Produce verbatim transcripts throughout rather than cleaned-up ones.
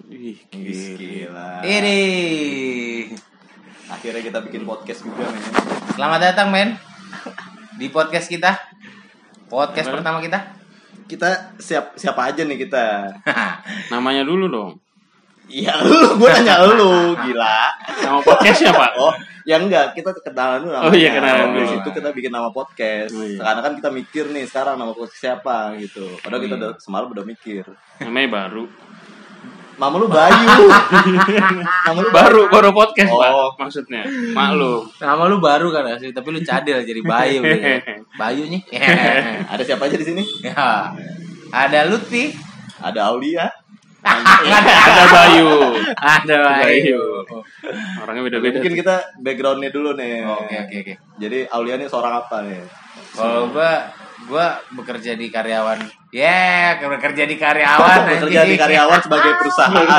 Ih, gila. Ini. Akhirnya kita bikin podcast juga, men. Selamat datang, men. Di podcast kita. Podcast Apa? pertama kita. Kita siap siapa aja nih kita? Namanya dulu dong. Iya lu, gue nanya lu, gila. Nama podcastnya Pak? Oh, ya enggak, kita kenalan dulu namanya. Oh iya, kenalan dulu. Di situ kita bikin nama podcast. Oh, iya. Sekarang kan kita mikir nih sekarang nama podcast siapa gitu. Padahal kita udah semalam udah mikir. Namanya baru. Nama lu Bayu. Nama lu Baru, baru podcast Oh. Pak, maksudnya. Maklum. Nama lu baru kan asli, tapi lu cadel jadi Bayu gitu. Bayu nih. Ada siapa aja di sini? Ya. Ada Lutfi. Ada Aulia. Ada Bayu. Ada Bayu. Orangnya beda-beda. Mungkin kita backgroundnya dulu nih. Oke oke oke. Jadi Aulia ini seorang apa nih? Kalau gua gua bekerja di karyawan. Ya, yeah, bekerja di karyawan. Bekerja di karyawan sebagai perusahaan.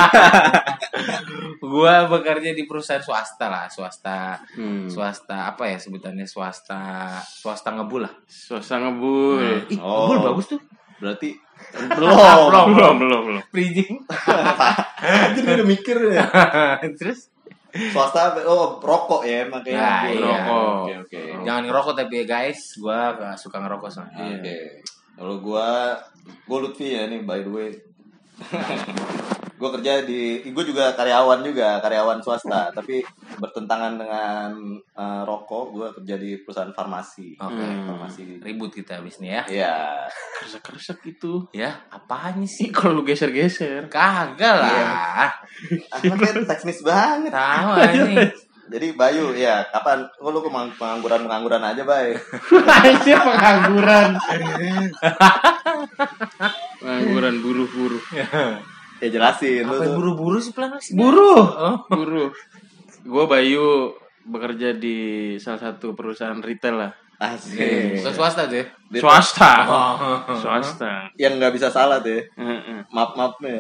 Gua bekerja di perusahaan swasta lah, swasta. Hmm. Swasta apa ya sebutannya swasta? Swasta ngebul lah. Swasta ngebul. Ih, Oh. ngebul bagus tuh. Berarti Belum, Belum, belum, belum, belum. Bridging. Jadi dia udah mikir ya. Terus Swasta oh rokok ya makanya. Nah, Gua- iya. Rokok. Oke oke. jangan ngerokok tapi ya guys, gua gak suka ngerokok soalnya. Oke. Kalau gua gua Lutfi ya nih by the way. Gue kerja di, gue juga karyawan juga, karyawan swasta, tapi bertentangan dengan uh, rokok. Gue kerja di perusahaan farmasi. Oke. Hmm. Farmasi. Ribut kita abis nih ya. Iya. Keresek-keresek itu. Ya, apaan sih? Ih, kalau lu geser-geser. Kagak lah. Anaknya teknis banget. Tahu nih. Jadi Bayu, ya kapan? Oh, lu kemang- pengangguran pengangguran aja, Bay. Aja pengangguran. Pengangguran buruh-buruh. Ya jelasin. lu Apa tuh. buru-buru sih pelan sih? Buruh. Oh. Buruh. Gue Bayu bekerja di salah satu perusahaan retail lah. Asik. Ke swasta tuh ya? Di- Swasta. Oh. Swasta. Yang nggak bisa salah tuh. Ya. Heeh. Maaf maafnya.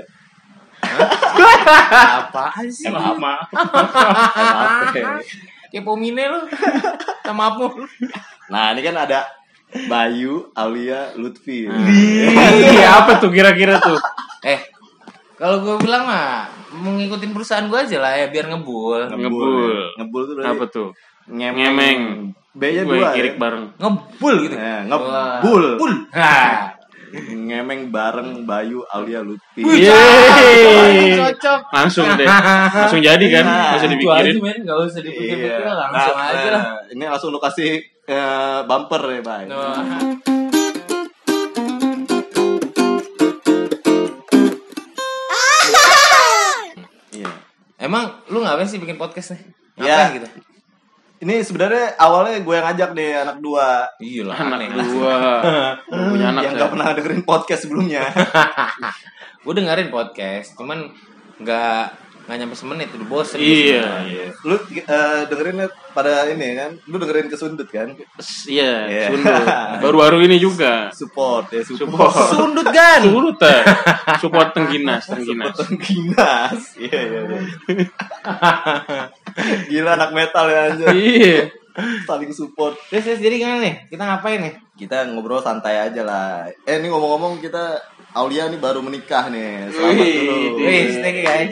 Apaan sih? Maaf, maaf. Maaf. ya. Kepo mine lu. Sama apa? Nah ini kan ada Bayu, Aulia, Lutfi. Ih, apa tuh kira-kira tuh? Eh, kalau gue bilang mah mengikutin perusahaan gue aja lah ya biar ngebul. Ngebul. Ngebul tuh berarti Apa tuh? ngemeng. Ngemeng. B-nya Gue dua. kirik ya? bareng. Ngebul gitu. Eh, ngebul. Bul. Nah. Ngemeng bareng Bayu, Aulia, Lutfi. Yeay. Cocok. Langsung deh. Langsung jadi kan? Nah, Langsung Itu aja dipikirin. men, gak usah dipikir-pikir Iya. langsung Nah, aja lah. nah, Ini langsung lu kasih eh, bumper ya, Bay. Nah. Iya. Emang lu ngapain sih bikin podcast nih? Iya. Ngapain gitu? Ini sebenarnya awalnya gue yang ngajak deh anak dua Iya lah, Anak aneh lah. dua. Belum punya anak yang saya. gak pernah dengerin podcast sebelumnya. Gue dengerin podcast, cuman nggak nggak nyampe semenit udah bosen. Iya. Iya. Lu eh, dengerin pada ini kan? Lu dengerin kesundut kan? Iya, Iya. sundut. Baru-baru ini juga. Support ya support. Support. Sundut kan? Surut ah. Support tengginas, tengginas. Ginas. Iya iya iya. Gila anak metal ya anjir. Iya. Saling support. Terus, terus jadi gimana nih? Kita ngapain nih? Kita ngobrol santai aja lah. Eh ini ngomong-ngomong kita Aulia nih baru menikah nih. Selamat Wih, dulu. Wih, thank you guys.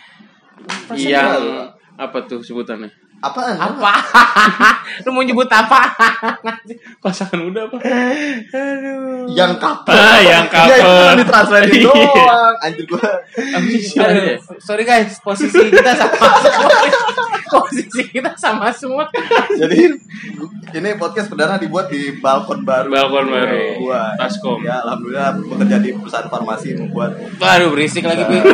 Yang apa tuh sebutannya? Apaan? Apa? Lu mau nyebut apa? Pasangan muda apa? Yang couple. Ah, yang couple. Ya, itu kan ditranslatein Iya. doang. Anjir gua. Aduh, sorry guys, posisi kita sama posisi kita sama semua. Jadi ini podcast perdana dibuat di balkon baru. Balkon baru. Gua. Taskom. Ya alhamdulillah bekerja di perusahaan farmasi membuat Waduh, berisik lagi, Pi.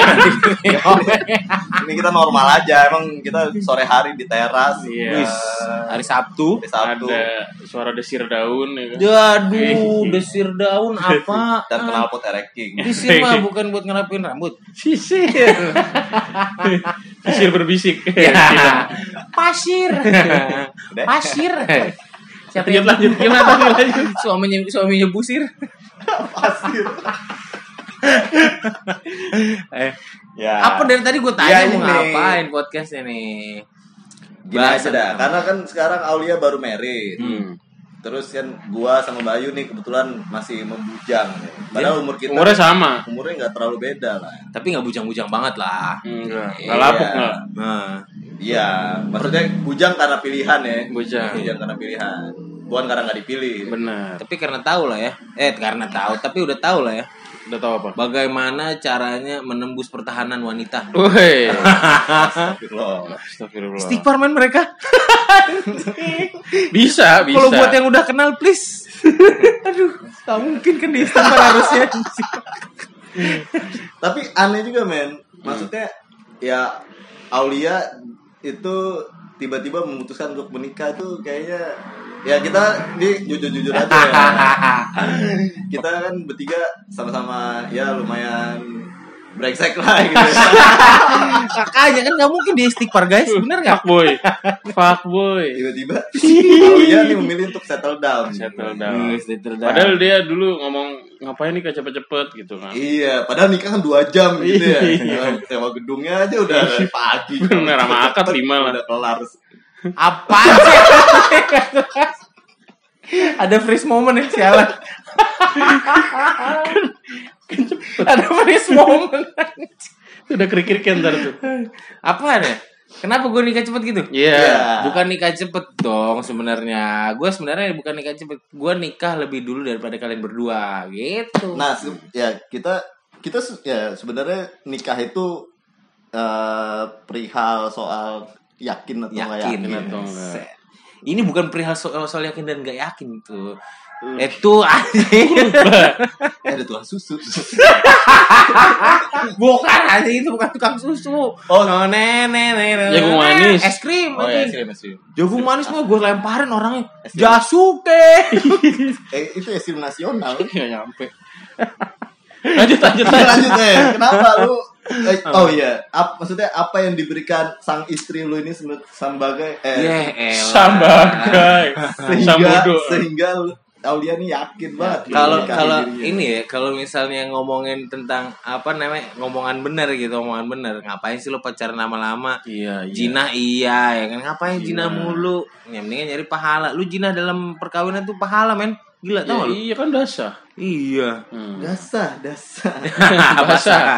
ini kita normal aja. Emang kita sore hari di teras. Iya. Wis, Hari Sabtu. hari Sabtu. Ada suara desir daun ya kan? Aduh, desir daun apa? Dan knalpot erecting. Desir mah bukan buat ngerapin rambut. Sisir. Sisir berbisik. Ya. Pasir. Udah. Pasir. Siapa Lanjut yang lanjut gimana nih lanjut? suaminya suaminya busir? Pasir. Eh, Ya. apa dari tadi gue Ya, tanya mau ini. ngapain podcastnya nih? Gini aja dah, karena kan sekarang Aulia baru married. Hmm. Terus kan gua sama Bayu nih kebetulan masih membujang nih. Padahal umur kita Umurnya sama. Umurnya nggak terlalu beda lah. Tapi nggak bujang-bujang banget lah. Enggak. Iya. Enggak lapuk enggak. Nah, Iya, maksudnya bujang karena pilihan ya. Bujang. Bujang karena pilihan. Bukan karena nggak dipilih. Benar. tapi karena tahu lah ya. Eh, karena tahu, tapi udah tahu lah ya. Udah tahu apa? Bagaimana caranya menembus pertahanan wanita? Woi. Astagfirullah. Astagfirullah. Istighfar men mereka. Bisa, bisa. Kalau buat yang udah kenal please. Aduh, tak mungkin kan di istighfar harusnya. Tapi aneh juga men. Maksudnya ya Aulia itu tiba-tiba memutuskan untuk menikah tuh kayaknya ya kita ini jujur-jujur aja ya. Kita kan bertiga sama-sama ya lumayan brengsek lah gitu. Kakaknya kan nggak mungkin dia istighfar guys, bener nggak? Fuck boy. Fuck boy. Tiba-tiba Aulia nih memilih untuk settle down. Settle down. Hmm, settle down. Padahal dia dulu ngomong ngapain nikah cepet-cepet gitu kan. Iya, padahal nikah kan dua jam gitu ya. Iya. Sewa gedungnya aja udah dari pagi. Bener, sama akad lima lah. Udah kelar. Apa sih? Ada freeze moment ya sialan. Ada freeze moment. Udah krik-krikan ntar tuh. Apa ya? Kenapa gue nikah cepet gitu? Iya. Iya. Bukan nikah cepet dong sebenarnya. Gue sebenarnya bukan nikah cepet. Gue nikah lebih dulu daripada kalian berdua, gitu. Nah, se- ya kita kita se- ya sebenarnya nikah itu eh, perihal soal yakin atau nggak Yakin, yakin. atau enggak. Se- Ini bukan perihal soal, soal yakin dan gak yakin tuh. Itu anjing. Eh, ada tuang susu. Bukan anjing, itu bukan tukang susu. Oh. no, nenek nenek. Jagung manis. Es krim Oh ya, anjing. es krim, es krim. Jagung manis mah gue lemparin orangnya. Es krim. Jasuke. Eh, itu es krim nasional. Nggak nyampe. Lanjut, lanjut, Lanjut, lanjut. lanjut eh. Kenapa lu? Eh, oh iya, Ap- maksudnya apa yang diberikan sang istri lu ini sem- sebagai eh Ya elah. Sambagai. sehingga Sambodo. sehingga lu- Aulia nih yakin banget Kalau menikahi kalau dirinya. ini ya, kalau misalnya ngomongin tentang apa namanya, ngomongan bener gitu, omongan bener. Ngapain sih lo pacaran lama-lama? Iya, iya. Jinah iya ya kan, ngapain Jinah. jinah mulu? Ya mendingan nyari pahala. Lu jinah dalam perkawinan tuh pahala men. Gila Ya, tau lu? iya kan dasar. Iya. Hmm. dasar dasar Basah.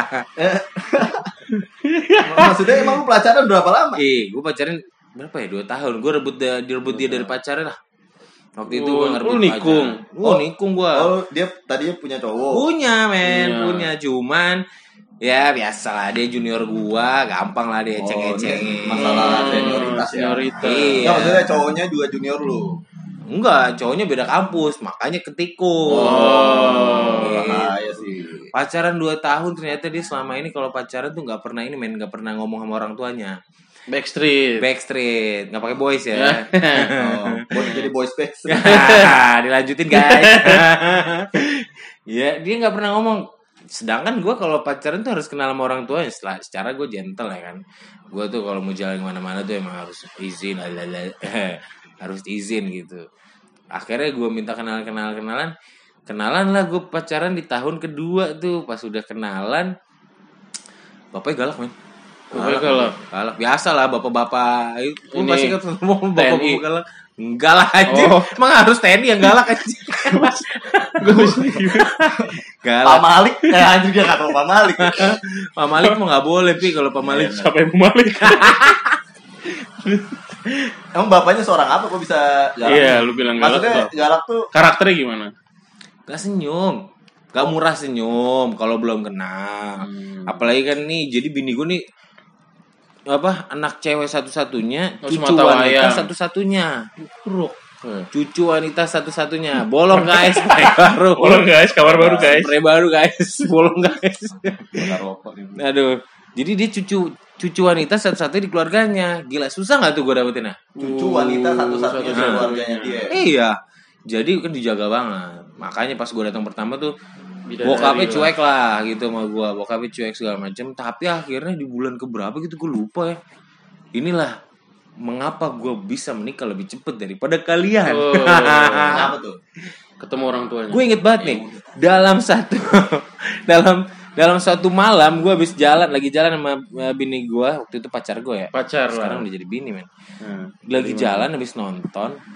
maksudnya emang lu pacaran berapa lama? Eh, gue pacaran berapa ya? Dua tahun. Gue rebut dia, direbut dia dari pacarnya lah. Waktu itu gue Oh, ngerebut lu nikung? pacar. Oh, nikung gue. Oh, dia tadinya punya cowok. Punya men, Iya. punya. Cuman ya biasa lah, dia junior gua, gampang lah dia Oh, eceng-ecengin. ini masalah senioritas ya. Senioritas. Iya. Nggak, maksudnya cowoknya juga junior lu. Enggak, cowoknya beda kampus, makanya ketikung. Oh, Gitu. bahaya sih. Pacaran dua tahun ternyata dia selama ini kalau pacaran tuh nggak pernah ini men, nggak pernah ngomong sama orang tuanya. Backstreet. Backstreet, nggak pakai boys ya. Oh, buat jadi boys back. Dilanjutin guys. Ya dia nggak pernah ngomong. Sedangkan gue kalau pacaran tuh harus kenal sama orang tuanya. Setelah secara gue gentle ya kan. Gue tuh kalau mau jalan kemana-mana tuh emang harus izin, lalala. Harus izin gitu. Akhirnya gue minta kenalan kenalan kenalan. Kenalan lah gue pacaran di tahun kedua tuh. Pas udah kenalan, bapaknya galak men. Bapaknya galak? Galak. Biasa lah bapak-bapak. Lu Ini pasti ketemu T N I. bapak-bapak galak. Enggak lah anjing. Oh. Emang harus T N I yang galak anjing. Pak Galak. Malik, eh anjir dia nggak tahu Pak Malik. Pak Malik mah nggak boleh pi kalau Pak Malik. Siapa yang mau Malik? Emang bapaknya seorang apa kok bisa galak? Iya, lu bilang galak. Maksudnya Bang. galak tuh Karakternya gimana? Gak senyum. Gak murah senyum kalau belum kenal. Hmm. Apalagi kan nih, jadi bini gue nih apa anak cewek satu-satunya, Oh, cucu semata wanita wayang. satu-satunya, Buruk. cucu wanita satu-satunya. Bolong guys, spray baru. Bolong guys, kabar baru guys. Spray baru guys, bolong guys. bakar rokok nih. Aduh, jadi dia cucu cucu wanita satu-satunya di keluarganya. Gila susah nggak tuh gue dapetin ya? Cucu wanita satu-satunya di satu-satunya. keluarganya dia. Iya. Jadi kan dijaga banget. Makanya pas gue datang pertama tuh Bidadari bokapnya lah. cuek lah gitu sama gue. Bokapnya cuek segala macam. Tapi akhirnya di bulan keberapa gitu gue lupa ya. Inilah mengapa gue bisa menikah lebih cepet daripada kalian. Oh. Kenapa tuh? Ketemu orang tuanya. Gue inget banget nih dalam satu dalam dalam suatu malam gue habis jalan lagi jalan sama uh, bini gue, waktu itu pacar gue ya. Pacar Sekarang lah. udah jadi bini men. Hmm. Lagi jalan habis nonton.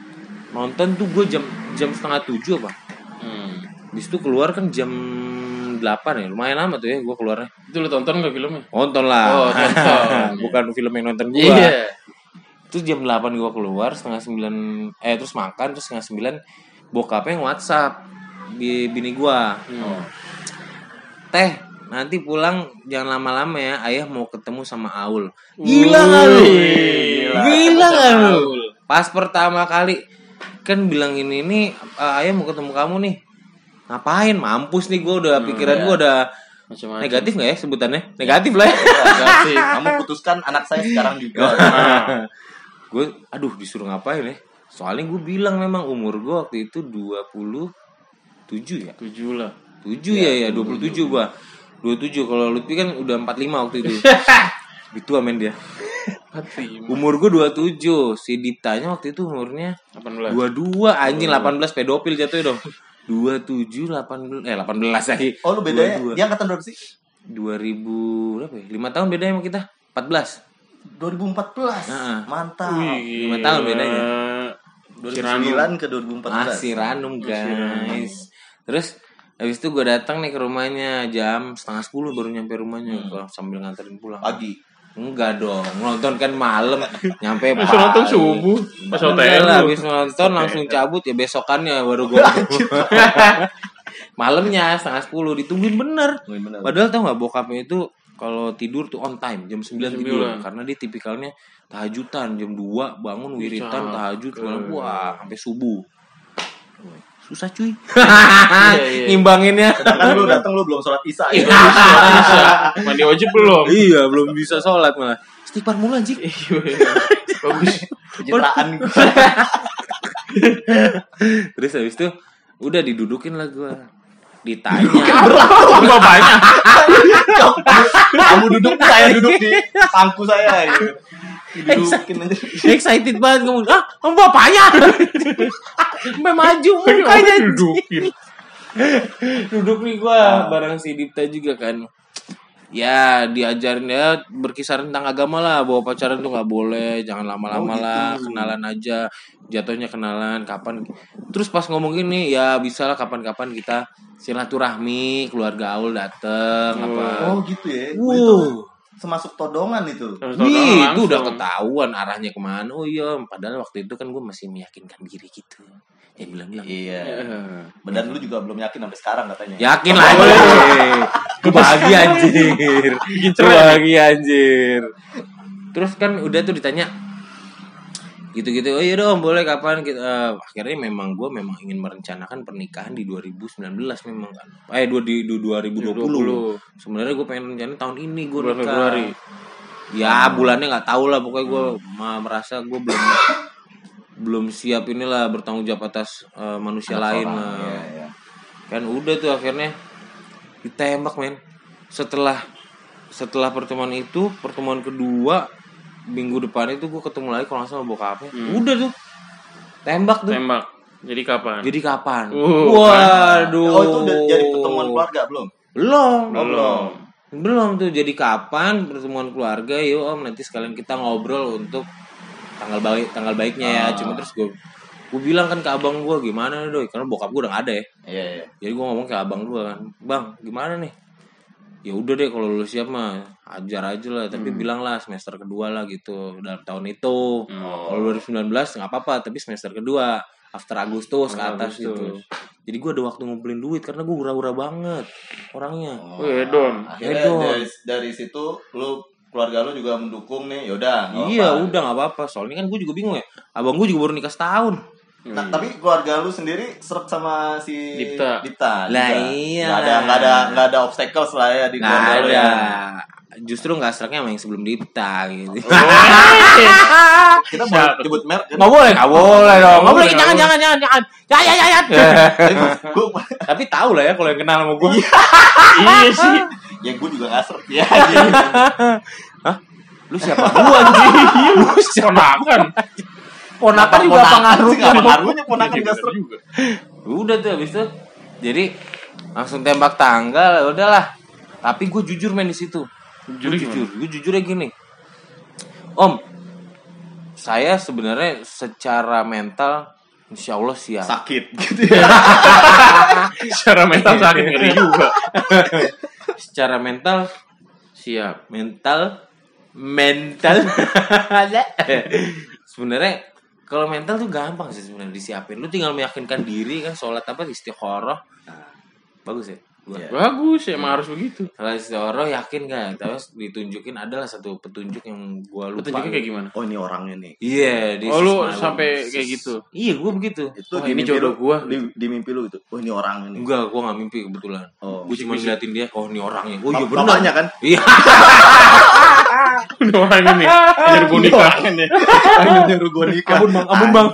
nonton tuh gue jam jam setengah tujuh apa. Hmm. Habis itu keluar kan jam delapan ya, lumayan lama tuh ya gue keluarnya. Itu lu tonton nggak filmnya? Nonton lah. Oh, tonton. Bukan film yang nonton gue. Iya. Terus jam delapan gue keluar, setengah sembilan eh terus makan, terus setengah sembilan bokapnya yang WhatsApp di bini gue. Hmm. Teh, nanti pulang jangan lama-lama ya, ayah mau ketemu sama Aul. Gila nggak lu? Gila. Gila nggak lu? Aul. Pas pertama kali kan bilang ini nih, ayah mau ketemu kamu nih. Ngapain? Mampus nih gue udah pikiran iya. gue udah Macam-macam. negatif nggak ya sebutannya? Negatif lah ya. Negatif. Kamu putuskan anak saya sekarang juga. Gue, aduh disuruh ngapain ya? Soalnya gue bilang memang umur gue waktu itu dua puluh tujuh ya. Tujuh lah. tujuh ya ya, dua puluh tujuh gua. dua puluh tujuh kalau Lutfi kan udah empat puluh lima waktu itu. Gitu amen dia. Umur gua dua puluh tujuh, si Diptanya waktu itu umurnya delapan belas. dua puluh dua, anjing delapan belas pedofil jatuhnya dong. dua puluh tujuh, delapan belas eh delapan belas lagi. Oh lu bedanya, dua puluh dua. dia angkatan berapa sih? dua ribu berapa ya? lima tahun bedanya sama kita. empat belas. dua ribu empat belas. Heeh. Mantap. lima tahun bedanya. dua ribu sembilan ke dua ribu empat belas. Masih random guys. Terus habis itu gue datang nih ke rumahnya jam setengah sepuluh baru nyampe rumahnya hmm. sambil nganterin pulang. Pagi. Enggak dong, nonton kan malam, nyampe pagi. Nonton subuh, pas hotel. Habis nonton langsung cabut ya besokannya baru gue. Malamnya setengah sepuluh ditungguin bener. bener. Padahal tau nggak bokapnya itu kalau tidur tuh on time jam sembilan tidur sembilan. karena dia tipikalnya tahajudan jam dua bangun wiritan tahajud malam wah sampai subuh. Susah cuy. Ngimbanginnya. Sedangkan lu datang lu belum sholat isya. Iya, bisa. Mandi wajib belum? Iya, belum bisa sholat malah. Istighfar mulu anjing. Bagus. Pencitraan. Terus habis itu udah didudukin lah gua. Ditanya. Berapa banyak? Kamu duduk, saya duduk di pangku saya gitu. Didudukin aja. Excited banget ngomong, ah, kamu bapaknya. Sampai maju mukanya Dudukin. Duduk nih gua bareng si Dipta juga kan. Ya diajarin ya berkisar tentang agama lah, bahwa pacaran tuh nggak boleh, jangan lama-lama Oh, gitu. lah, kenalan aja, jatuhnya kenalan kapan. Terus pas ngomong gini ya bisa lah kapan-kapan kita silaturahmi, keluarga Aul dateng Oh. apa. Oh gitu ya. Wow. Itu semasuk todongan itu. Wih, itu udah ketahuan arahnya kemana. Oh iya, padahal waktu itu kan gue masih meyakinkan diri gitu. Ya bilang-bilang. Iya. Badan lu juga belum yakin sampai sekarang katanya. Yakin lah. Gue bahagia anjir. Gue bahagia anjir. Terus kan udah tuh ditanya gitu-gitu. Oh iya dong, boleh kapan kita uh, akhirnya memang gue memang ingin merencanakan pernikahan di dua ribu sembilan belas memang kan. Eh dua di dua ribu dua puluh. Sebenarnya gue pengen rencana tahun ini gue nikah. Februari. Ya bulannya nggak tahu lah, pokoknya gue hmm. merasa gue belum belum siap inilah bertanggung jawab atas uh, manusia Anak lain orang, lah. iya, iya. Kan udah tuh akhirnya ditembak men. Setelah setelah pertemuan itu, pertemuan kedua minggu depan itu gue ketemu lagi kalau nggak salah bokapnya. Hmm. Udah tuh tembak tuh. Tembak. Jadi kapan? Jadi kapan? Uh, Waduh. Oh itu udah jadi pertemuan keluarga belum? Belum. Oh, belum. Belum tuh jadi kapan pertemuan keluarga? Yuk om nanti sekalian kita ngobrol untuk tanggal baik tanggal baiknya ya. Ah. Cuma terus gue gue bilang kan ke abang gue gimana nih doi, karena bokap gue udah gak ada ya. Iya iya. Jadi gue ngomong ke abang gue kan, bang gimana nih? Ya udah deh kalau lu siap mah ajar aja lah, tapi hmm. bilang lah semester kedua lah gitu dalam tahun itu. Oh. Kalau dua ribu sembilan belas nggak apa-apa, tapi semester kedua after Agustus ke atas Agustus. gitu. Jadi gue ada waktu ngumpulin duit karena gue hura-hura banget orangnya. Oh. Wih, Don. Akhirnya Edon. dari dari situ lu keluarga lu juga mendukung nih. Yaudah. nggak Iya apa-apa. udah nggak apa-apa. Soalnya kan gue juga bingung ya. Abang gue juga baru nikah setahun. Nah, tapi keluarga lu sendiri seret sama si Dipta. Dipta Lah juga. iya. Nggak ada nggak ada nggak ada obstacles lah ya di Nggak keluarga lu ada. ya. Justru nggak seraknya sama yang sebelum Dipta gitu. Kita boleh nyebut merek kan? Nggak boleh, nggak boleh dong. Nggak boleh, Nggak jangan, boleh. jangan, jangan, jangan, jangan, jangan, jangan. Gua- Tapi tahu lah ya kalau yang kenal sama gue. Iya sih. ya gue juga nggak seret ya. Hah? Lu siapa? Lu anjing. Lu siapa? Ponakan. Ponakan juga apa ngaruhnya? Apa ngaruhnya ponakan nggak seret? juga. Udah tuh habis itu. Jadi langsung tembak tanggal, udahlah. Tapi gue jujur main di situ. Jujur Gue jujur, gue jujurnya gini. Om, saya sebenarnya secara mental Insya Allah siap. Sakit gitu ya. Secara mental sakit ngeri juga. Secara mental siap. Mental mental. Sebenarnya kalau mental tuh gampang sih sebenarnya disiapin. Lu tinggal meyakinkan diri kan, sholat apa istikharah. Nah, bagus ya. Iya. Bagus, emang harus begitu. Kalau istikharah yakin kan, terus ditunjukin adalah satu petunjuk yang gua lupa. Petunjuknya kayak gimana? Oh ini orangnya nih. Iya, di Oh, lu semalam. sampai kayak gitu? Iya, gua begitu. Itu Oh, di ini mimpi jodoh lu- gua. Di, di mimpi lu itu. Oh ini orangnya nih. Enggak, gua nggak mimpi kebetulan. Oh. Gua cuma ngeliatin dia, oh ini orangnya. Oh iya Bap- benar. bapaknya kan? Iya. Ini orang ini nyuruh gue nikah. Yang nyuruh gua nikah. Ampun bang, ampun bang.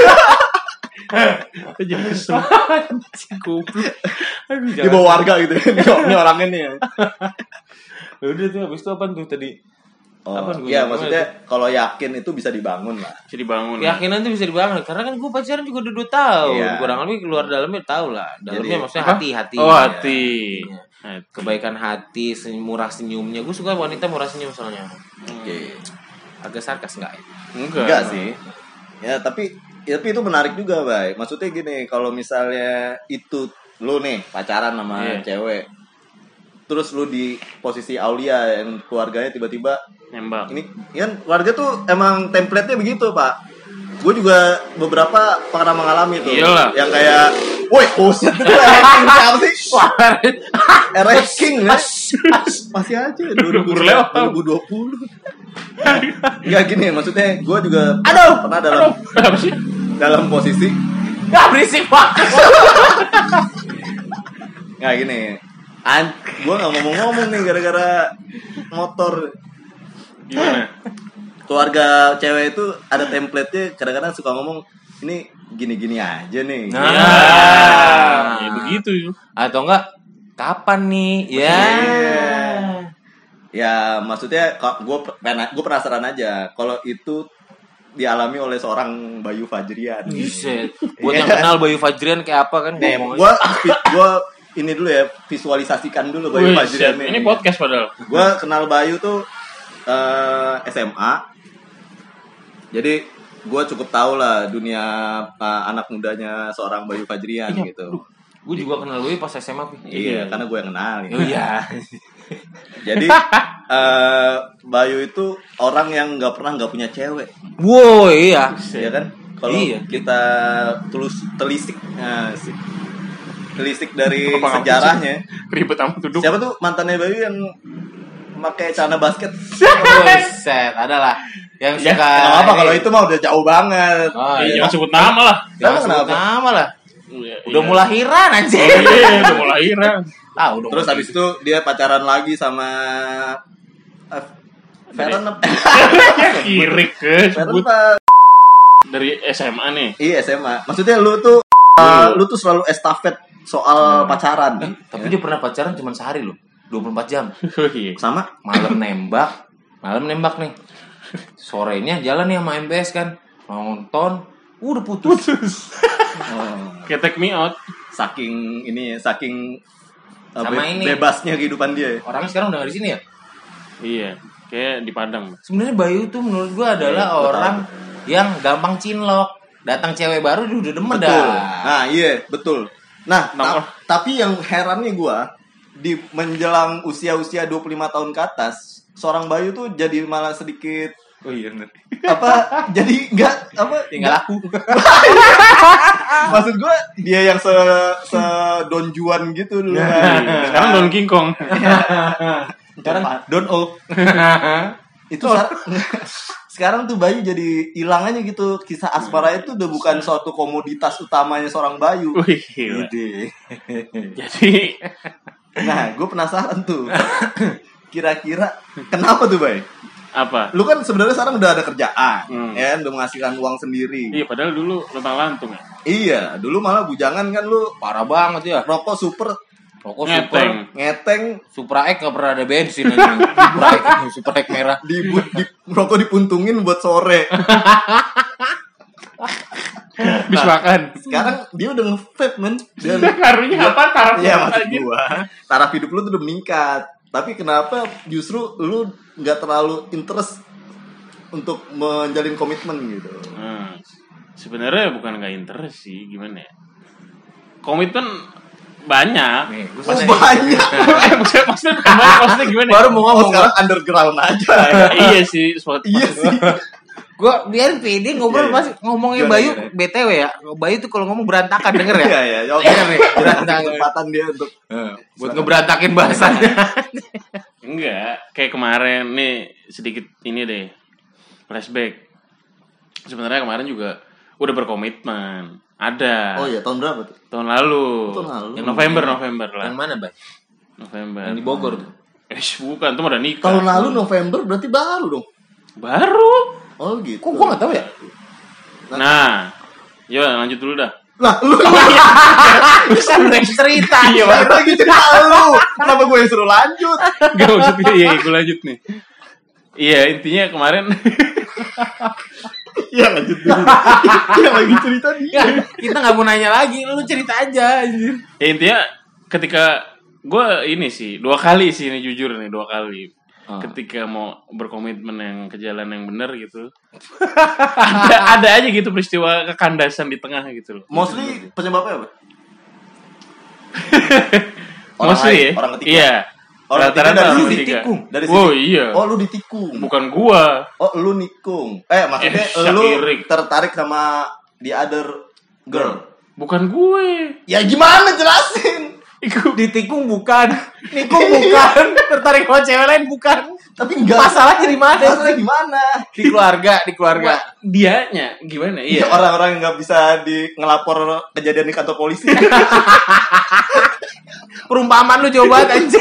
Jadi kesel. Goblok. Aduh, Di bawah warga gitu. Ini, ini orangnya nih. Ya udah tuh, habis itu apa tuh tadi? Oh, Apa, gua iya lupa maksudnya kalau yakin itu bisa dibangun lah. Jadi bangun. Keyakinan tuh bisa dibangun karena kan gue pacaran juga udah dua tahun. Iya. Kurang lebih keluar dalamnya tahu lah. Dalamnya Jadi, maksudnya apa? hati-hati. Oh, hati. Iya. Hati. Kebaikan hati, senyum, murah senyumnya. Gue suka wanita murah senyum soalnya. Oke. Agak sarkas enggak ya? Enggak. Enggak sih. Ya tapi ya, tapi itu menarik juga, Bay. Maksudnya gini, kalau misalnya itu lu nih pacaran sama Iya. cewek. Terus lu di posisi Aulia yang keluarganya tiba-tiba Nembak. ini kan keluarga tuh emang template-nya begitu, Pak. Gue juga beberapa pernah mengalami tuh. Iyalah. Yang kayak, woi, buset itu ranking siapa sih? Ranking ya. Masih aja Udah berlewat. dua ribu dua puluh. Enggak gini, maksudnya gue juga Aduh, pernah dalam Apa sih? dalam posisi Gak berisik banget. nggak gini. An, gue nggak ngomong-ngomong nih gara-gara motor. Gimana? Keluarga cewek itu ada template-nya, kadang-kadang suka ngomong ini gini-gini aja nih. Nah. Ya, Ah. ya begitu. Atau enggak kapan nih? Ya. Iya. Ya maksudnya gue gue penasaran aja kalau itu dialami oleh seorang Bayu Fajrian. Buset. Buat yang kenal Bayu Fajrian kayak apa kan Nih, ngomongnya. gue gue ini dulu ya, visualisasikan dulu Bayu Wih, Fajrian shit. nih. Ini podcast padahal. Gue kenal Bayu tuh eh, S M A. Jadi gue cukup tahu lah dunia uh, anak mudanya seorang Bayu Fajrian Iya, gitu. Gue juga kenal Bayu pas S M A. Pi. Iya, karena gue yang kenal. Oh iya. Jadi eh, Bayu itu orang yang nggak pernah nggak punya cewek, Wow, iya. ya kan? Kalau Iya. kita tulus telisik, nah, sih. telisik dari Apa-apa sejarahnya. Ribet amat duduk. Siapa tuh mantannya Bayu yang pakai celana basket? Buset, adalah yang Ya, suka. Nggak apa kalau itu mah udah jauh banget. Oh, Eh, iya. jangan sebut nama lah. Jangan Kenapa? sebut nama lah. Iya, Udah iya. mulai lahiran aja. Oh, iya, udah mulai lahiran. Ah, udah Terus mulai- habis itu dia pacaran lagi sama eh, Feren apa? Kirik ke Feren sebut apa? dari S M A nih. Iya S M A. Maksudnya lu tuh uh, lu tuh selalu estafet soal pacaran. Tapi dia pernah pacaran cuma sehari loh. dua puluh empat jam. Oh, iya. Sama Malam nembak, malam nembak nih. Sorenya jalan nih sama M B S kan. Nonton, udah putus. oh, Kayak take me out. saking ini ya, saking uh, Sama be- ini. bebasnya kehidupan dia. ya. Orangnya sekarang udah gak di sini ya? Iya, kayak di Padang. Sebenarnya Bayu tuh menurut gua adalah Iya, gua orang yang gampang cinlok. Datang cewek baru dia udah demen Betul. dah. Nah, iya, betul. Nah, Nomor. ta- tapi yang herannya gua di menjelang usia-usia dua puluh lima tahun ke atas, seorang Bayu tuh jadi malah sedikit Oh iya bener. apa jadi nggak apa Tinggal aku. maksud gue dia yang se se donjuan gitu dulu kan. Sekarang Don King Kong. Sekarang Don O. itu sa- sekarang tuh Bayu jadi hilang aja gitu, kisah asmara itu udah bukan suatu komoditas utamanya seorang Bayu. Wih, gila. Ide. Jadi Nah gue penasaran tuh kira-kira kenapa tuh Bay? apa? Lu kan sebenarnya sekarang udah ada kerjaan, Hmm. ya udah menghasilkan uang sendiri. Iya, padahal dulu lontang lantung ya. Iya, dulu malah bujangan kan lu Parah banget ya. rokok super Rokok Ngeteng. super. ngeteng Supra X gak pernah ada bensin aja. Supra X, Supra X merah. di, di rokok dipuntungin buat sore. Bis makan. Sekarang dia udah nge-vape men. Dan Ngaruhnya apa? Taraf ya apa maksud aja? gua, taraf hidup lu tuh udah meningkat. Tapi kenapa justru lu nggak terlalu interest untuk menjalin komitmen gitu? Hmm. Sebenarnya bukan nggak interest sih, gimana ya? Komitmen banyak. Nih, gua Oh, sana- banyak. eh maksudnya maksudnya, maksudnya, maksudnya gimana? Baru mau Oh, ngomong sekarang underground aja. iya sih, spot. Iya sih. Gua biarin pede ngobrol Iya, iya. masih ngomongnya Gimana, Bayu gimana? B T W ya. Bayu tuh kalau ngomong berantakan denger ya. Iya, iya. Oke. Denger nih, Kasih berantakan. kesempatan dia untuk Buat ngeberantakin bahasannya. Enggak, kayak kemarin nih sedikit ini deh flashback. Sebenarnya kemarin juga udah berkomitmen. Ada. Oh iya, tahun berapa tuh? Tahun lalu. Tahun lalu. Yang November November lah. Yang mana, Bay? November. Yang di Bogor tuh. Eh, bukan, tuh udah nikah. Tahun lalu November berarti baru dong. Baru. Oh gitu. Kok gua enggak tahu ya? Nah, yo lanjut dulu dah. Lah, lu Bisa lu yang cerita. iya lagi cerita lu. Kenapa gue yang suruh lanjut? Gak maksudnya, iya, gue lanjut nih. Iya, intinya kemarin Iya lanjut dulu. Iya lagi cerita dia. Ya, kita nggak mau nanya lagi, lu cerita aja anjir. ya, intinya ketika gue ini sih dua kali sih ini jujur nih dua kali. Ah. Ketika mau berkomitmen yang ke jalan yang benar gitu, ada, ada aja gitu peristiwa kekandasan di tengah gitu loh. Mostly penyebabnya apa? Orang Mostly lain, ya? orang ketiga. Iya. Orang Rata-rata ketiga dari orang sisi ketiga. tikung. Dari Oh sisi- iya. Oh lu ditikung. Bukan gua. Oh lu nikung. Eh maksudnya Eh, lu Syakirik. tertarik sama the other girl. Bukan gue. Ya gimana jelasin? Ditikung bukan, nikung bukan, tertarik sama cewek lain bukan. Tapi enggak. Masalahnya di mana? Masalahnya gimana? Di keluarga, di keluarga. Dianya gimana? Iya. Iya. Orang-orang yang nggak bisa di ngelapor kejadian di kantor polisi. Perumpamaan lu coba anjir.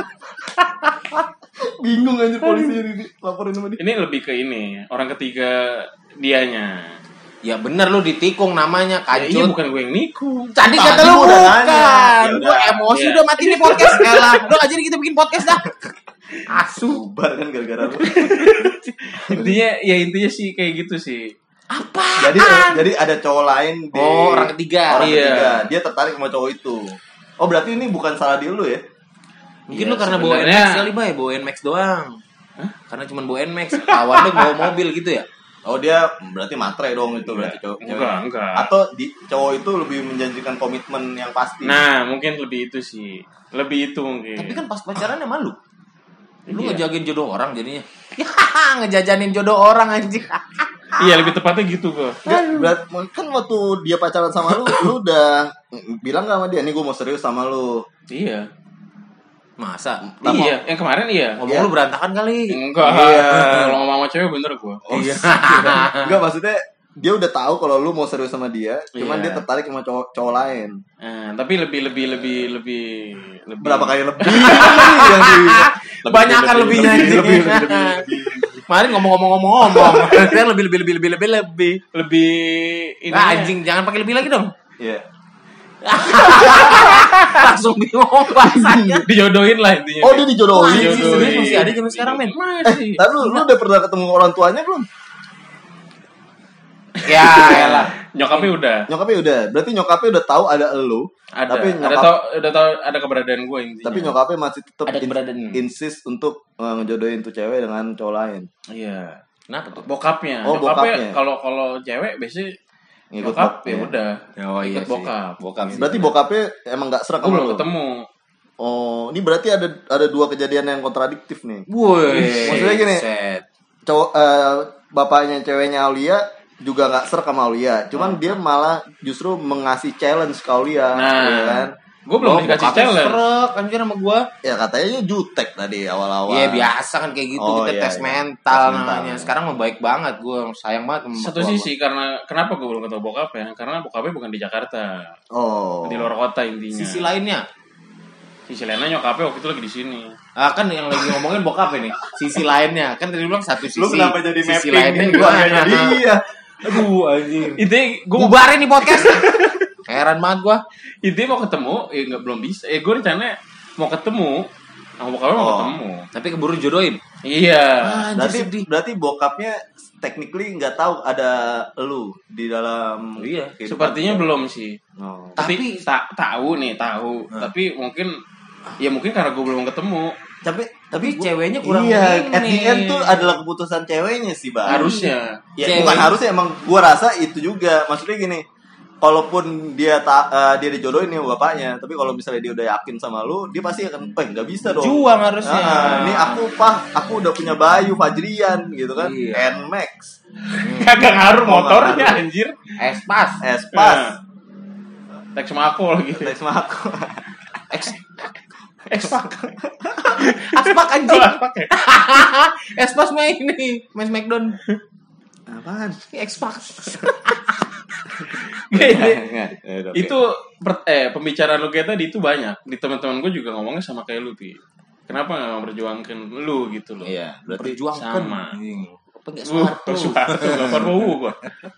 Bingung aja polisi ini laporin sama dia. Ini lebih ke ini orang ketiga dianya. Ya bener lu ditikung namanya Ya, iya kancut. bukan gue yang nikung. Tadi Tadi kata lu gua udah bukan. nanya. Ya Gua udah. emosi Iya. udah mati nih podcast. Elah, udah gak jadi kita bikin podcast dah. Asu. Bubar kan gara-gara lu. Intinya ya intinya sih kayak gitu sih. Apa? Jadi jadi ada cowok lain di Oh, orang ketiga. Orang Iya. ketiga. Dia tertarik sama cowok itu. Oh, berarti ini bukan salah dia lu ya? Mungkin Iya, lu karena bawa sebenarnya- N Max kali, Bay, bawa N Max doang. Hah? Karena cuma bawa N Max. Lawan lu bawa mobil gitu ya? Oh, dia berarti matre dong itu berarti cowok. Enggak, enggak. Atau di cowok itu lebih menjanjikan komitmen yang pasti. Nah, mungkin lebih itu sih. Lebih itu mungkin. Tapi kan pas pacaran emang lu. Lu Iya. ngejagain jodoh orang jadinya. Ya, ngejajanin jodoh orang anjing. Iya, lebih tepatnya gitu kok. Enggak, berat, kan waktu dia pacaran sama lu, lu udah bilang gak sama dia, nih gue mau serius sama lu. Iya. Masa? Lama- Iya, yang kemarin iya. Ngomong Iya. lu berantakan kali. Enggak. Iya. Kalau ngomong sama cewek bener gua. Oh, iya. Enggak, maksudnya dia udah tahu kalau lu mau serius sama dia, cuman Iya. dia tertarik sama cowok cowok lain. Nah, tapi lebih lebih lebih lebih lebih Berapa kali lebih? yang di- Banyak kan lebihnya lebih, anjing. lebih, lebih, lebih, lebih. Kemarin ngomong-ngomong-ngomong ngomong. Sekarang lebih lebih lebih lebih lebih lebih. lebih ini Ah, anjing, jangan pakai lebih lagi dong. Iya. Langsung bingung bahasanya. dijodohin lah intinya. Oh, dia Wah, dijodohin. anjing, Dijodohin. serius masih ada zaman sekarang, men. Masih. Tapi lu, lu udah pernah ketemu orang tuanya belum? Ya, elah. Nyokapnya udah Nyokapnya udah. Berarti nyokapnya udah tahu ada elu. ada. Tapi ada nyokap, tau udah tau ada keberadaan gue intinya. tapi nyokapnya masih tetap Ada keberadaan. insist untuk uh, ngejodohin tuh cewek dengan cowok lain. Iya. Kenapa tuh? Bokapnya. Oh, Nyokapnya bokapnya. kalau kalau cewek biasanya Ngikut bokap bokap, ya ya. udah. Oh iya Ikut sih. bokap. Bokap. Berarti bokapnya emang gak serak Gue sama belum lu? ketemu. Oh, ini berarti ada ada dua kejadian yang kontradiktif nih. Woi. Maksudnya gini. Set. Cowok eh, bapaknya ceweknya Aulia juga nggak serak sama Aulia, cuman dia malah justru mengasih challenge ke Aulia, Nah, ya kan? gue belum Oh, dikasih bokapnya challenge. Serak anjir sama gua. Ya katanya jutek tadi awal-awal. Iya biasa kan kayak gitu Oh, kita iya, tes iya. mental Tes mental. namanya. Sekarang mah baik banget gua sayang banget sama Satu mertua sisi karena kenapa gue belum ketemu bokapnya? Karena bokapnya bukan di Jakarta, Oh. di luar kota gua. intinya. Sisi lainnya. Sisi lainnya nyokapnya waktu itu lagi di sini. Ah kan yang lagi ngomongin bokap ini. Sisi lainnya kan tadi lu bilang satu sisi. Lu kenapa jadi sisi mapping lainnya nih gua. keluarganya dia? Aduh anjir. Intinya gue Bubarin nih podcast. Heran banget gua. intinya mau ketemu, ya nggak belum bisa. Eh gue rencananya mau ketemu, sama bokapnya mau Oh. ketemu. Tapi keburu jodohin. Iya. Anjir Berarti sedih. berarti bokapnya technically nggak tahu ada lu di dalam. Iya, kehidupan Sepertinya dia. belum sih. Oh. Tapi tak tahu nih tahu. Nah. Tapi mungkin ya mungkin karena gue belum ketemu. Tapi Tapi ceweknya kurang Iya, ini. at the end tuh adalah keputusan ceweknya sih, Bang. Harusnya. Ya, Cewek. bukan harusnya, emang gua rasa itu juga. Maksudnya gini, kalaupun dia tak eh, dia dijodohin nih sama bapaknya, tapi kalau misalnya dia udah yakin sama lu, dia pasti akan, eh nggak bisa dong. Juang harusnya. Ah, ini aku Pak, aku udah punya Bayu Fajrian gitu kan, Iya. N-Max, Kagak ngaruh Oh, motornya nggak ngaruh. anjir. Espas. Espas, Teks sama aku lagi. Teks sama aku. Ex Ekspak. Aspak anjing. Ekspak ya? Espas main ini, main Smackdown. Apaan? Expak. Nggak, ini- Nggak, ya udah, oke. Itu per- eh pembicaraan lu kayak tadi itu banyak. Di teman-teman gue juga ngomongnya sama kayak lu, Pi. Kenapa nggak memperjuangkan lu gitu loh? Iya, berarti Perjuangkan. sama. Anjing. Apa enggak Uh, suatu? suatu nggak perlu gua.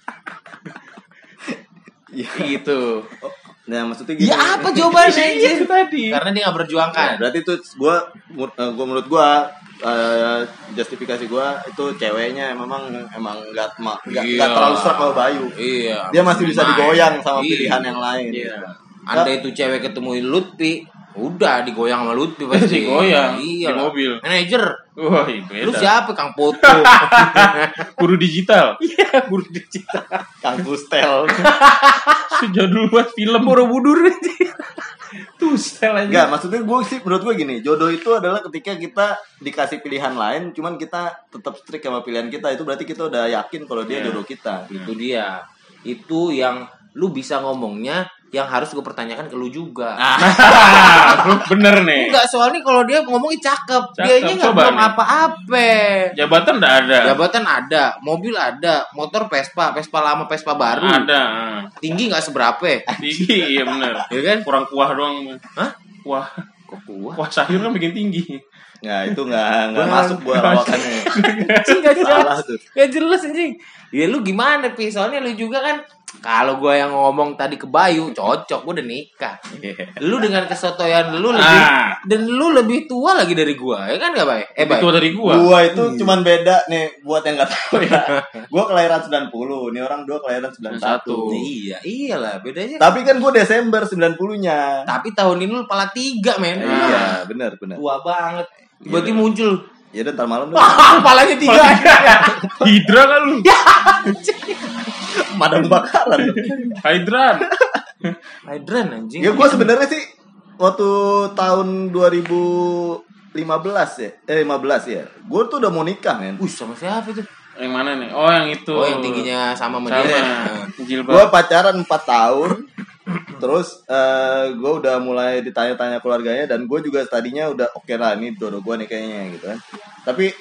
iya. Gitu. Nah, maksudnya gini. Ya apa jawabannya Iya, anjing? itu tadi. Karena dia nggak Nah, berjuangkan. berarti itu gua mur- eh, gua menurut gua eh, justifikasi gua itu ceweknya memang emang nggak ma- nggak Iya. nggak terlalu serak sama Bayu. Iya. Dia masih bisa Main. digoyang sama Iya. pilihan yang lain. Iya. Anda itu cewek ketemuin Lutfi, udah digoyang sama Lutfi pasti. Digoyang Iya di lah. mobil. Manajer. Wah, iya, beda. Lu siapa Kang Foto? Guru digital. Iya, guru digital. Kang Gustel. Sejadul buat film. Borobudur. Tuh style aja. Enggak, maksudnya gue sih menurut gue gini, jodoh itu adalah ketika kita dikasih pilihan lain, cuman kita tetap strict sama pilihan kita, itu berarti kita udah yakin kalau dia Iya. jodoh kita. Itu dia. Itu yang lu bisa ngomongnya, yang harus gue pertanyakan ke lu juga. Ah, lu bener nih. Enggak, soalnya kalau dia ngomongnya cakep, Cakep, dianya nggak coba belum nih. apa-apa. Jabatan udah ada. Jabatan ada, mobil ada, motor Vespa, Vespa lama, Vespa baru. Ada. Tinggi nggak seberapa, Tinggi, iya bener. ya kan? Kurang kuah doang. Hah? Kuah. Kok kuat? Kuah sayur kan bikin tinggi. Nah, itu nggak nggak Bang. masuk buat lawakannya. Anjing gak Salah jelas. tuh. Gak jelas anjing. Ya lu gimana, Pi? Soalnya lu juga kan, kalau gue yang ngomong tadi ke Bayu, cocok, gue udah nikah. Lu dengan kesotoyan lu lebih, Ah. dan lu lebih tua lagi dari gue, ya kan gak, Bay? Eh, Bay? Itu dari gua. Gua itu cuman beda nih buat yang nggak tahu ya. Gua kelahiran sembilan puluh, ini orang dua kelahiran sembilan puluh satu. Iya, iyalah, bedanya. Tapi kan gua Desember sembilan puluh-nya. Tapi tahun ini lu pala tiga, men. Iya, benar, benar. Tua banget. Tiba-tiba muncul. Ya udah ntar malam deh. Palanya tiga. Hidra kan lu. Madam bakaran. Hydran. Hydran anjing. Ya gua sebenarnya sih waktu tahun dua ribu lima belas ya. Eh lima belas ya. Gua tuh udah mau nikah, men. Wih, sama siapa tuh? Yang mana nih? Oh, yang itu. Oh, yang tingginya sama sama sama. dia. Jilbab. Gue pacaran empat tahun. Terus eh gue udah mulai ditanya-tanya keluarganya. Dan gue juga tadinya udah oke lah, ini jodoh gue nih kayaknya gitu kan. Tapi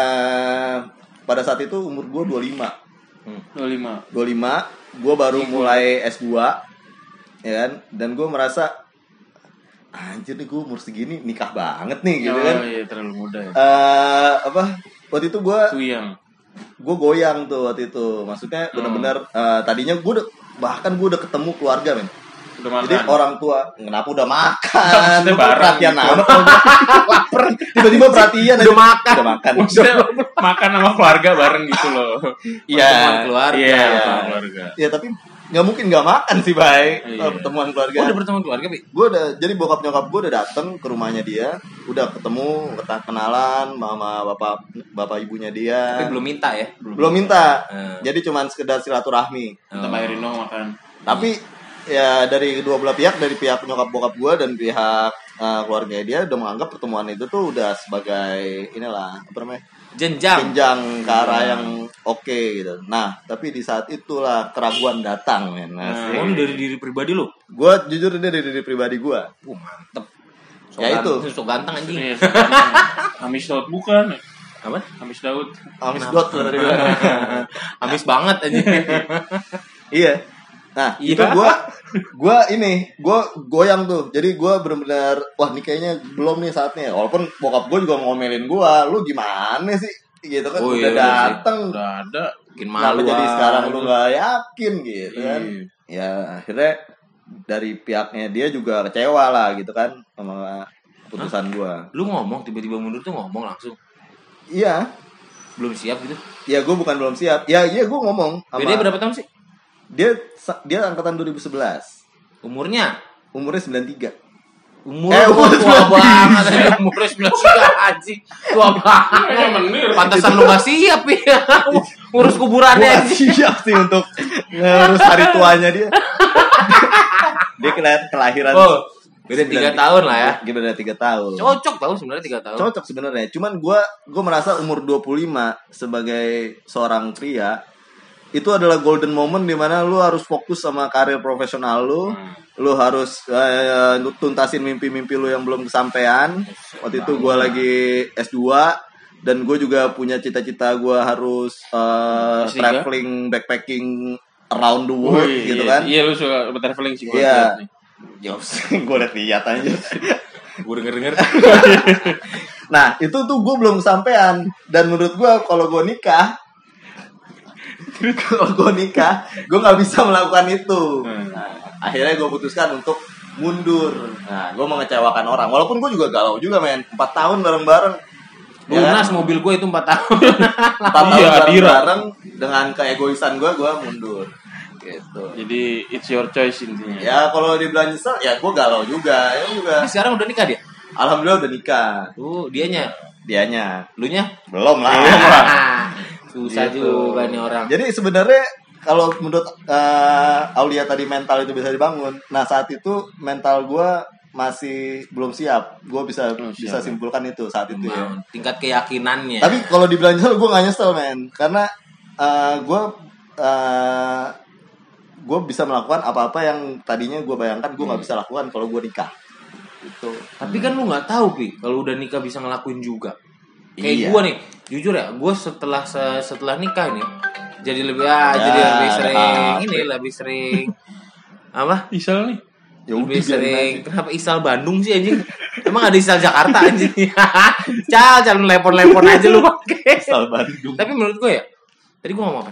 eh pada saat itu umur gue dua puluh lima. dua puluh lima. dua puluh lima, gue baru mulai S dua. Ya kan. Dan gue merasa anjir nih gue umur segini nikah banget nih gitu Oh, kan. iya, terlalu muda ya. Eh apa? Waktu itu gue Tuyang. gue goyang tuh waktu itu, maksudnya benar-benar eh, tadinya gue udah, bahkan gue udah ketemu keluarga, men. Udah makan. Jadi orang tua kenapa udah makan, Maksudnya lu kok bareng perhatian gitu. amat kalau gua lapar, tiba-tiba perhatian Udah aja. makan. udah makan, Maksudnya makan sama keluarga bareng gitu loh. iya, Pertemuan keluarga. Iya, Iya. sama keluarga. ya tapi nggak mungkin nggak makan sih, baik Iya. pertemuan keluarga. Oh, udah bertemu keluarga, Pi? Gue udah, jadi bokap nyokap gue udah dateng ke rumahnya dia, udah ketemu, keta- kenalan sama bapak bapak ibunya dia. Tapi belum minta ya? belum minta, Hmm. jadi cuman sekedar silaturahmi. Kita bayarin dong makan. Tapi ya dari kedua belah pihak, dari pihak nyokap bokap gue dan pihak uh, keluarga dia udah menganggap pertemuan itu tuh udah sebagai inilah apa namanya, Jenjang. jenjang ke arah yang oke gitu. Nah tapi di saat itulah keraguan datang, men. Nah. Oh, ini dari diri pribadi lu? Gue jujur ini dari diri pribadi gue. Uh, mantep. So Ya ganteng, itu. so ganteng anjing. Serius. Amis Daud bukan? Apa? Amis Daud. Amis dot tuh dari bilang. Amis banget anjing. Iya. Nah, Iya. itu gua gua ini, gua goyang tuh. Jadi gua benar-benar wah ini kayaknya belum nih saatnya. Walaupun bokap gua juga ngomelin gua, lu gimana sih? Gitu kan Oh, udah iya, udah sih. dateng. Udah ada. Bikin Kenapa malu. jadi ah. sekarang lu gak yakin gitu kan? Iya. Ya akhirnya dari pihaknya dia juga kecewa lah gitu kan sama keputusan gua. Lu ngomong tiba-tiba mundur tuh ngomong langsung. Iya. Belum siap gitu. Ya gua bukan belum siap. Ya iya gua ngomong sama Bedanya berapa tahun sih? dia dia angkatan dua ribu sebelas. Umurnya? Umurnya sembilan puluh tiga. Umur Eh, gua umur tua lebih. banget, umur sembilan puluh tiga anjing. Tua banget. Pantesan lu gak siap ya. Urus kuburannya Gua anjing. siap sih untuk ngurus hari tuanya dia. Dia kela- kelahiran. Oh, beda tiga tahun lah ya. Dia beda tiga tahun. Cocok tau sebenarnya tiga tahun. Cocok sebenarnya. Cuman gua gua merasa umur dua puluh lima sebagai seorang pria itu adalah golden moment di mana lu harus fokus sama karir profesional lu. Hmm. Lu harus eh, tuntasin mimpi-mimpi lu yang belum kesampaian. Waktu itu gua lagi S dua dan gue juga punya cita-cita gue harus eh, S tiga? traveling backpacking around the world Wih, gitu iya, kan. Iya lu suka traveling sih gua Iya. liat nih. Jobs, gue lihat aja. Gue denger-denger. Nah itu tuh gue belum kesampaian. Dan menurut gue kalau gue nikah, kalau gue nikah, gue nggak bisa melakukan itu. Hmm. Nah, akhirnya gue putuskan untuk mundur. Nah, gue mengecewakan orang. Walaupun gue juga galau juga men. Empat tahun bareng-bareng. Ya kan? Lunas mobil gue itu empat tahun. Empat tahun Iya, Adira. bareng-bareng dengan keegoisan gue, gue mundur. Gitu. Jadi it's your choice intinya. Ya kalau dibilang nyesel, ya gue galau juga. Ya juga. Tapi sekarang udah nikah dia? Alhamdulillah udah nikah. Tuh, dianya. Dianya Lunya? belum lah. Susah Gitu. juga nih orang. Jadi sebenarnya kalau menurut eh, Aulia tadi mental itu bisa dibangun. Nah saat itu mental gue masih belum siap. Gue bisa Belum siap, bisa ya. simpulkan itu saat itu ya. Memang tingkat keyakinannya. Tapi kalau dibilang nyesel gue gak nyesel men. Karena eh, gue eh, gue bisa melakukan apa-apa yang tadinya gue bayangkan gue nggak bisa lakukan kalau gue nikah. Itu. Tapi kan lu nggak tahu Pi, kalau udah nikah bisa ngelakuin juga. Kayak Iya. gue nih, jujur ya, gue setelah se- setelah nikah nih, jadi lebih ah, Ya, jadi lebih sering ah. ini, lebih sering apa? Isal nih. Ya Lebih udah, biarin sering. aja. Kenapa Isal Bandung sih anjing? Emang ada Isal Jakarta anjing? Cal, cal lepon-lepon aja lu pakai. Asal Bandung. Tapi menurut gue ya, tadi gue ngomong apa?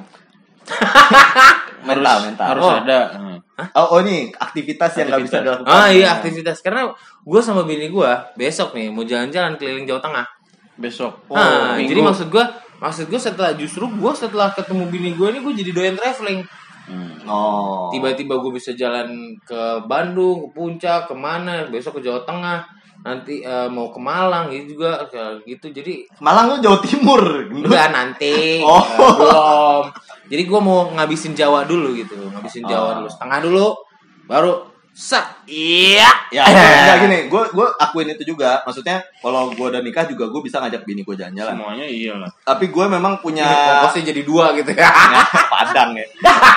Mental, mental. Harus Oh. ada. Hmm. Oh, oh ini aktivitas yang nggak bisa Aktivitas. dilakukan. Ah iya aktivitas karena gue sama bini gue besok nih mau jalan-jalan keliling Jawa Tengah. Besok. nah, Minggu. jadi maksud gue, maksud gue setelah justru gue setelah ketemu bini gue ini gue jadi doyan traveling. Hmm. Oh. Tiba-tiba gue bisa jalan ke Bandung, ke Puncak, kemana, besok ke Jawa Tengah, nanti eh, mau ke Malang gitu juga kayak gitu. Jadi Malang tuh Jawa Timur. enggak nanti Oh. eh, belum. Jadi gue mau ngabisin Jawa dulu gitu, ngabisin Jawa Oh. dulu setengah dulu, baru sak. Iya. Ya, enggak gini, gue gue akuin itu juga. Maksudnya kalau gue udah nikah juga gue bisa ngajak bini gue jalan-jalan. Semuanya iyalah. Tapi gue memang punya Fokusnya jadi dua gitu ya. Padang ya.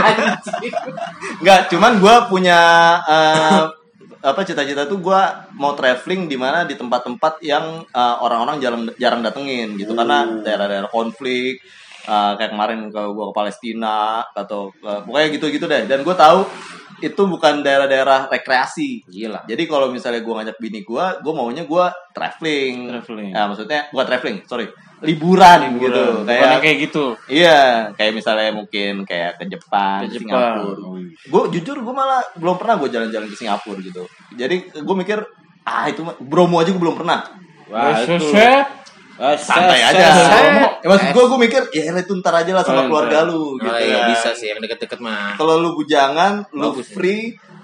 Enggak, cuman gue punya eh, apa cita-cita tuh gue mau traveling di mana di tempat-tempat yang eh, orang-orang jarang jarang datengin gitu karena daerah-daerah konflik eh, kayak kemarin ke gue ke Palestina atau ke, pokoknya gitu-gitu deh. Dan gue tahu itu bukan daerah-daerah rekreasi. Gila. Jadi kalau misalnya gue ngajak bini gue, gue maunya gue traveling. Traveling. Ya, maksudnya bukan traveling, sorry, liburan, gitu. Bukan Kayak yang kayak gitu. iya, kayak misalnya mungkin kayak ke Jepang, Ke ke Jepang. Singapura. Oh, iya. Gue jujur gue malah belum pernah gue jalan-jalan ke Singapura gitu. Jadi gue mikir ah itu mah Bromo aja gue belum pernah. Wah, Wes, itu. wes, wes. Santai Set, aja. set. Ya, maksud gue gue mikir ya itu ntar aja lah sama Oh, keluarga ntar. lu gitu. Oh iya kan. bisa sih yang deket-deket mah. Kalau lu bujangan, lu Bagus, ya. free,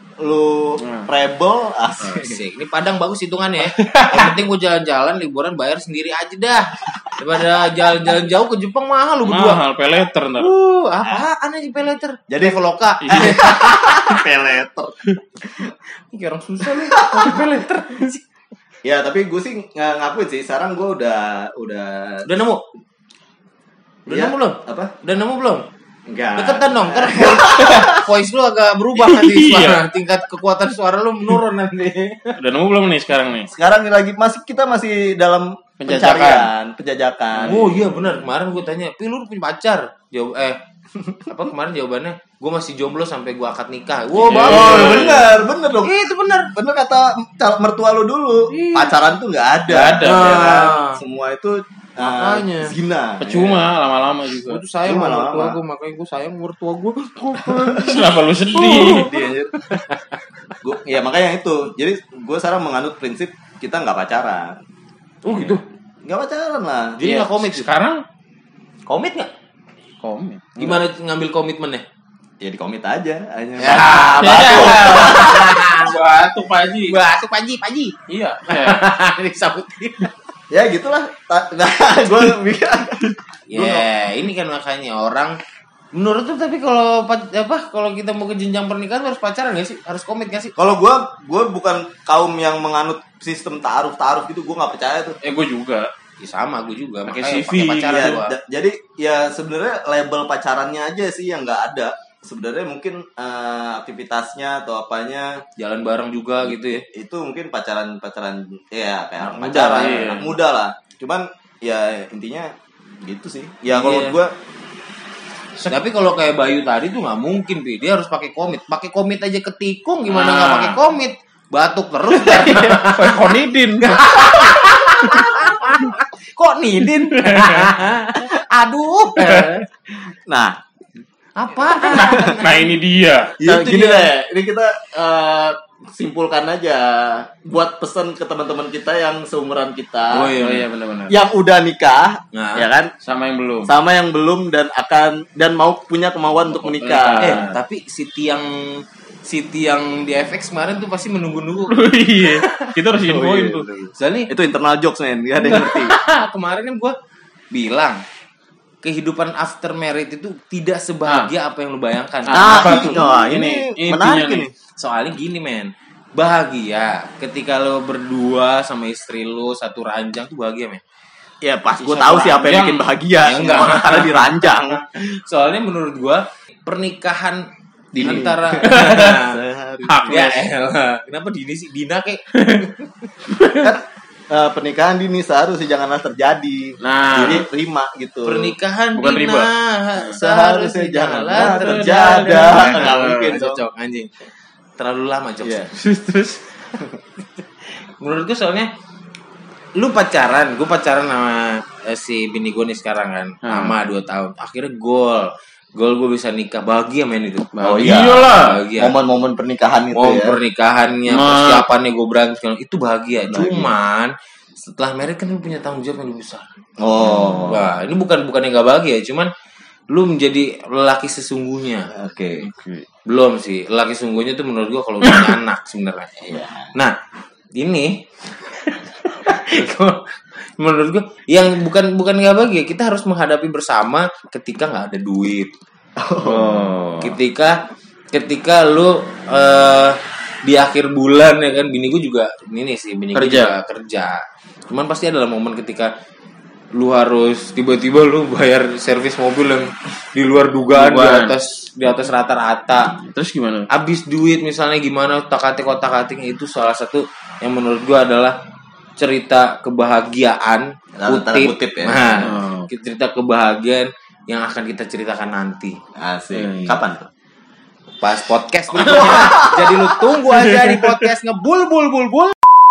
lu Hmm. rebel, asik. Asik. Ini Padang bagus hitungannya ya. Yang penting gue jalan-jalan liburan bayar sendiri aja dah. Daripada jalan-jalan jauh ke Jepang mahal lu berdua. Mahal peleter ntar. Uh, apaan aja peleter? Jadi- Traveloka. Iya. Peleter. Ini kayak orang susah lu. Pakai peleter. Ya tapi gue sih ng- ngakuin sih. Sekarang gue udah udah. Udah nemu? Udah Ya, nemu belum? Apa? Udah nemu belum? Enggak. Deketan dong, kan voice lu agak berubah nanti suara. Iya. Tingkat kekuatan suara lu menurun nanti. Udah nemu belum nih sekarang nih? Sekarang ini lagi masih kita masih dalam Penjajakan. pencarian, penjajakan. Oh iya benar, kemarin gue tanya, "Pi lu punya pacar?" Jawab eh apa kemarin jawabannya, "Gue masih jomblo sampai gue akad nikah." Wow, Iya. bagus. Oh, bener, bener dong. Itu benar. Bener kata cal- mertua lu dulu. Iya. Pacaran tuh nggak ada. Nggak ada. Ya kan? Nah. Semua itu uh, Makanya. zina. Percuma lama-lama Gue juga. tuh sayang Cuma sama mertua lama-lama. gue, makanya gue sayang sama mertua gue. Kenapa lu sedih? Dia, anjir. Gua, ya makanya itu. Jadi gue sekarang menganut prinsip kita nggak pacaran. Oh gitu. Nggak pacaran lah. Jadi Iya, nggak komit gitu? Sekarang Komit nggak? komit. Gimana ngambil komitmennya? ya di komit aja hanya Ya, batu. Batu Pak Haji. Batu Panji, Panji. Iya. Disabutin. ya gitulah. Ta- nah gue mikir Ya, ini kan makanya orang menurut tuh tapi kalau pa- apa kalau kita mau ke jenjang pernikahan harus pacaran gak sih? Harus komit gak sih? kalau gue gue bukan kaum yang menganut sistem taaruf taaruf gitu, gue nggak percaya tuh. Eh gue juga. Ya sama gue juga. Pakai Makanya C V, pakai pacaran Ya, gua. da- jadi ya sebenarnya label pacarannya aja sih yang nggak ada. Sebenarnya mungkin eh, aktivitasnya atau apanya Jalan bareng juga gitu ya. itu mungkin pacaran pacaran ya kayak Anak muda, pacaran iya. anak muda lah. Cuman ya intinya gitu sih. Ya kalau Iya. menurut gue Tapi kalau kayak Bayu tadi tuh nggak mungkin, Pi. Dia harus pakai komit. Pakai komit aja ketikung, gimana nggak Ah. pakai komit? Batuk terus. Kayak Konidin. Kok nidin? Aduh. nah Apa? Nah ini dia. Ya, Itu gini dia. deh, ini kita eh, simpulkan aja buat pesan ke teman-teman kita yang seumuran kita, Oh, iya. Oh iya benar-benar. yang udah nikah, Nah. ya kan, Sama yang belum. sama yang belum dan akan dan mau punya kemauan untuk menikah. Eh, tapi si tiang si tiang di F X kemarin tuh pasti menunggu-nunggu. Iya. Kita harus infoin tuh. Soalnya Itu internal jokes men, gak ada yang ngerti. kemarin kan gue bilang kehidupan after married itu tidak sebahagia apa yang lu bayangkan. Ah, Apa ini, tuh? oh, ini Ini menarik intinya ini. Soalnya gini men, bahagia ketika lo berdua sama istri lo satu ranjang tuh bahagia men. Ya pas gue Bisa tahu siapa yang ranjang. bikin bahagia, Ya, enggak. semua karena diranjang. Soalnya menurut gue pernikahan Dini. antara Hak ya les. elah. Kenapa Dini sih? Dina kayak Kan eh, pernikahan dini seharusnya janganlah terjadi. Nah. Jadi terima gitu. pernikahan Bukan Dina riba. seharusnya janganlah terjadi. terjadi. Nggak mungkin Nggak dong. cocok anjing. Terlalu lama cocok. Iya. Terus Menurut gue soalnya lu pacaran, gue pacaran sama eh, si bini gue nih sekarang kan, Hmm. lama dua tahun. Akhirnya gol, gol gue bisa nikah, bahagia men itu. Oh iya. iya. Iyalah. Bahagia. Momen-momen pernikahan itu Mau ya. pernikahannya, Ma- persiapannya gue berantem segala, itu bahagia. Bahagia. Cuman setelah married kan lu punya tanggung jawab yang lebih besar. Oh. Wah, ini bukan bukan yang gak bahagia, cuman lu menjadi lelaki sesungguhnya. Oke. Belum sih, lelaki sesungguhnya tuh menurut gue kalau udah punya anak sebenarnya. Iya. Nah, ini menurut gue yang bukan bukan nggak bahagia, kita harus menghadapi bersama ketika nggak ada duit, Oh. ketika ketika lu eh, di akhir bulan ya kan, bini gue juga ini sih bini gue Kerja. juga kerja, cuman pasti adalah momen ketika lu harus tiba-tiba lu bayar servis mobil yang di luar dugaan, di Dugaan. atas di atas rata-rata. Terus gimana? Habis duit misalnya gimana otak-atik otak-atik itu salah satu yang menurut gua adalah cerita kebahagiaan Dalam tanda kutip, kutip ya. Nah, Oh. cerita kebahagiaan yang akan kita ceritakan nanti Asik. Hmm. Kapan tuh? pas podcast berikutnya. Jadi lu tunggu aja di podcast ngebul bul bul bul.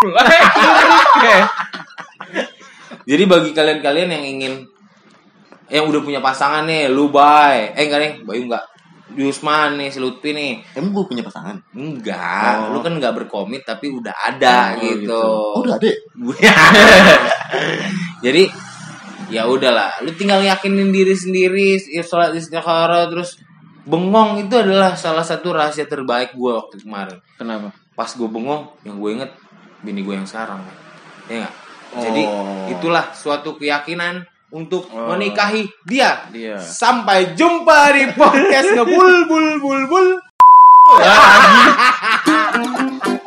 Jadi bagi kalian-kalian yang ingin yang udah punya pasangan nih, lu Bay. Eh enggak nih, Bayu enggak. Yusman nih, si Lutfi nih. Emang gue punya pasangan? Enggak, Oh. lu kan enggak berkomit tapi udah ada Oh, gitu. gitu. Oh, udah ada. Jadi ya udahlah, lu tinggal yakinin diri sendiri, sholat istikharah terus bengong itu adalah salah satu rahasia terbaik gue waktu kemarin. Kenapa? Pas gue bengong, yang gue inget bini gue yang sekarang, ya nggak? Jadi Oh. itulah suatu keyakinan untuk Oh. menikahi dia. Dia. Sampai jumpa di podcast ngebul bul bul bul.